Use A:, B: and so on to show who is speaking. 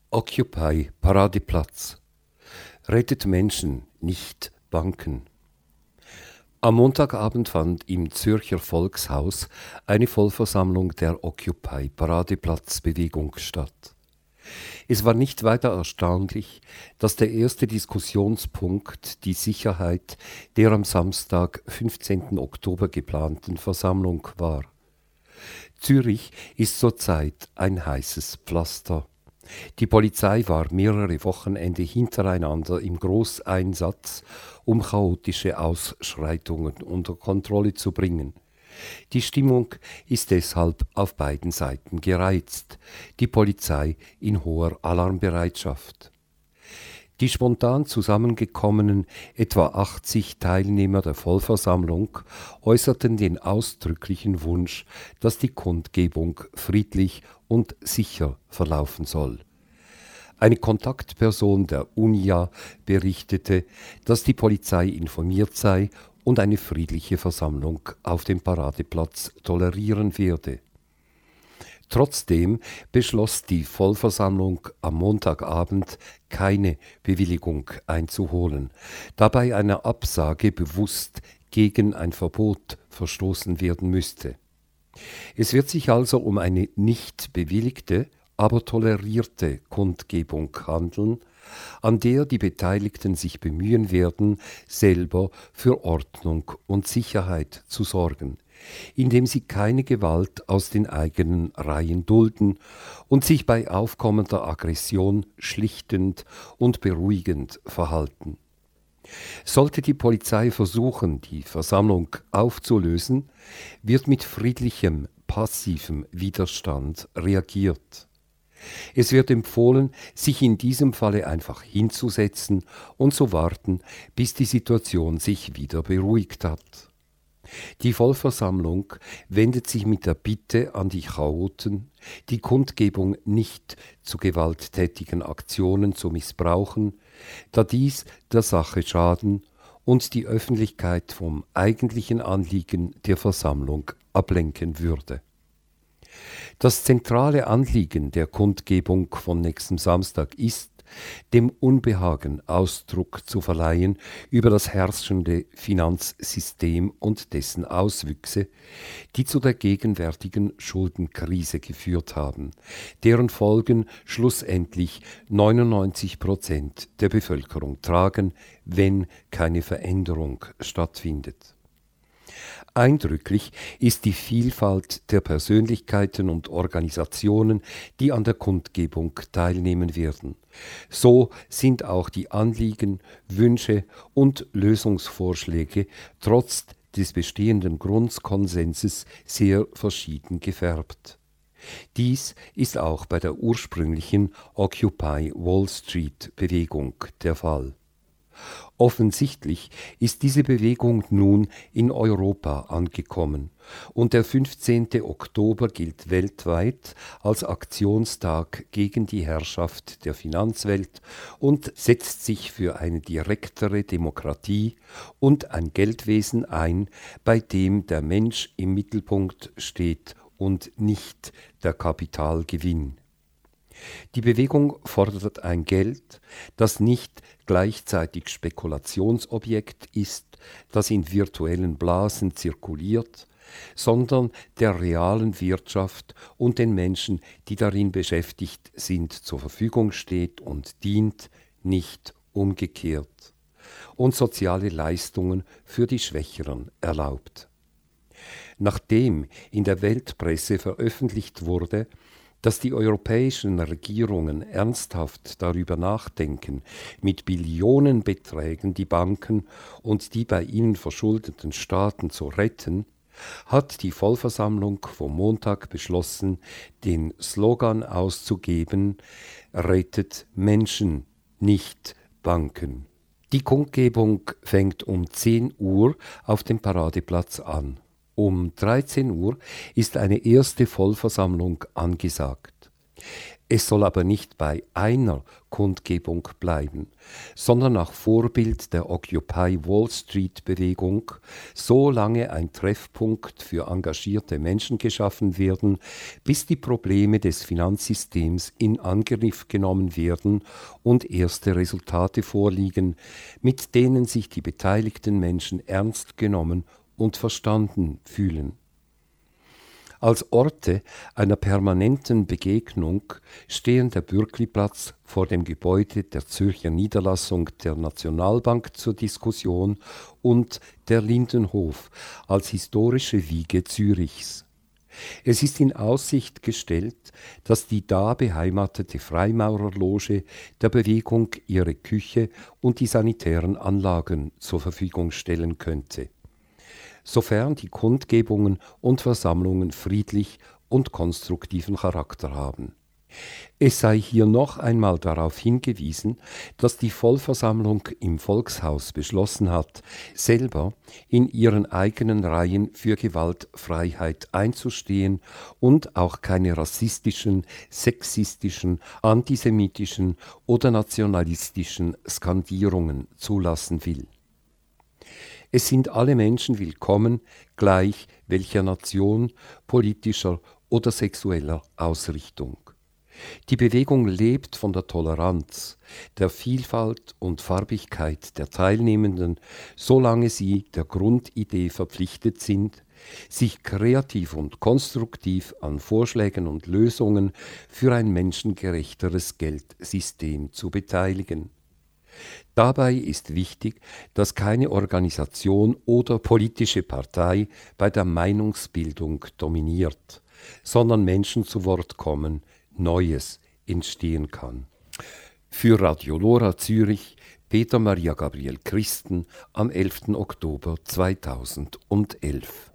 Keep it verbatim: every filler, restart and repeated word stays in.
A: Occupy Paradeplatz. Rettet Menschen, nicht Banken. Am Montagabend fand im Zürcher Volkshaus eine Vollversammlung der Occupy Paradeplatz-Bewegung statt. Es war nicht weiter erstaunlich, dass der erste Diskussionspunkt die Sicherheit der am Samstag, fünfzehnten Oktober geplanten Versammlung war. Zürich ist zurzeit ein heißes Pflaster. Die Polizei war mehrere Wochenende hintereinander im Großeinsatz, um chaotische Ausschreitungen unter Kontrolle zu bringen. Die Stimmung ist deshalb auf beiden Seiten gereizt, die Polizei in hoher Alarmbereitschaft. Die spontan zusammengekommenen etwa achtzig Teilnehmer der Vollversammlung äußerten den ausdrücklichen Wunsch, dass die Kundgebung friedlich und sicher verlaufen soll. Eine Kontaktperson der UNIA berichtete, dass die Polizei informiert sei und eine friedliche Versammlung auf dem Paradeplatz tolerieren werde. Trotzdem beschloss die Vollversammlung am Montagabend, keine Bewilligung einzuholen, da bei einer Absage bewusst gegen ein Verbot verstoßen werden müsste. Es wird sich also um eine nicht bewilligte, aber tolerierte Kundgebung handeln, an der die Beteiligten sich bemühen werden, selber für Ordnung und Sicherheit zu sorgen, indem sie keine Gewalt aus den eigenen Reihen dulden und sich bei aufkommender Aggression schlichtend und beruhigend verhalten. Sollte die Polizei versuchen, die Versammlung aufzulösen, wird mit friedlichem, passivem Widerstand reagiert. Es wird empfohlen, sich in diesem Falle einfach hinzusetzen und zu warten, bis die Situation sich wieder beruhigt hat. Die Vollversammlung wendet sich mit der Bitte an die Chaoten, die Kundgebung nicht zu gewalttätigen Aktionen zu missbrauchen, da dies der Sache schaden und die Öffentlichkeit vom eigentlichen Anliegen der Versammlung ablenken würde. Das zentrale Anliegen der Kundgebung von nächstem Samstag ist, dem Unbehagen Ausdruck zu verleihen über das herrschende Finanzsystem und dessen Auswüchse, die zu der gegenwärtigen Schuldenkrise geführt haben, deren Folgen schlussendlich neunundneunzig Prozent der Bevölkerung tragen, wenn keine Veränderung stattfindet. Eindrücklich ist die Vielfalt der Persönlichkeiten und Organisationen, die an der Kundgebung teilnehmen werden. So sind auch die Anliegen, Wünsche und Lösungsvorschläge trotz des bestehenden Grundkonsenses sehr verschieden gefärbt. Dies ist auch bei der ursprünglichen Occupy Wall Street Bewegung der Fall. Offensichtlich ist diese Bewegung nun in Europa angekommen und der fünfzehnten Oktober gilt weltweit als Aktionstag gegen die Herrschaft der Finanzwelt und setzt sich für eine direktere Demokratie und ein Geldwesen ein, bei dem der Mensch im Mittelpunkt steht und nicht der Kapitalgewinn. Die Bewegung fordert ein Geld, das nicht gleichzeitig Spekulationsobjekt ist, das in virtuellen Blasen zirkuliert, sondern der realen Wirtschaft und den Menschen, die darin beschäftigt sind, zur Verfügung steht und dient, nicht umgekehrt, und soziale Leistungen für die Schwächeren erlaubt. Nachdem in der Weltpresse veröffentlicht wurde, dass die europäischen Regierungen ernsthaft darüber nachdenken, mit Billionenbeträgen die Banken und die bei ihnen verschuldeten Staaten zu retten, hat die Vollversammlung vom Montag beschlossen, den Slogan auszugeben: Rettet Menschen, nicht Banken. Die Kundgebung fängt um zehn Uhr auf dem Paradeplatz an. Um dreizehn Uhr ist eine erste Vollversammlung angesagt. Es soll aber nicht bei einer Kundgebung bleiben, sondern nach Vorbild der Occupy Wall Street Bewegung so lange ein Treffpunkt für engagierte Menschen geschaffen werden, bis die Probleme des Finanzsystems in Angriff genommen werden und erste Resultate vorliegen, mit denen sich die beteiligten Menschen ernst genommen und verstanden fühlen. Als Orte einer permanenten Begegnung stehen der Bürkliplatz vor dem Gebäude der Zürcher Niederlassung der Nationalbank zur Diskussion und der Lindenhof als historische Wiege Zürichs. Es ist in Aussicht gestellt, dass die da beheimatete Freimaurerloge der Bewegung ihre Küche und die sanitären Anlagen zur Verfügung stellen könnte, sofern die Kundgebungen und Versammlungen friedlich und konstruktiven Charakter haben. Es sei hier noch einmal darauf hingewiesen, dass die Vollversammlung im Volkshaus beschlossen hat, selber in ihren eigenen Reihen für Gewaltfreiheit einzustehen und auch keine rassistischen, sexistischen, antisemitischen oder nationalistischen Skandierungen zulassen will. Es sind alle Menschen willkommen, gleich welcher Nation, politischer oder sexueller Ausrichtung. Die Bewegung lebt von der Toleranz, der Vielfalt und Farbigkeit der Teilnehmenden, solange sie der Grundidee verpflichtet sind, sich kreativ und konstruktiv an Vorschlägen und Lösungen für ein menschengerechteres Geldsystem zu beteiligen. Dabei ist wichtig, dass keine Organisation oder politische Partei bei der Meinungsbildung dominiert, sondern Menschen zu Wort kommen, Neues entstehen kann. Für Radio Lora Zürich, Peter Maria Gabriel Christen am elften Oktober zweitausendelf.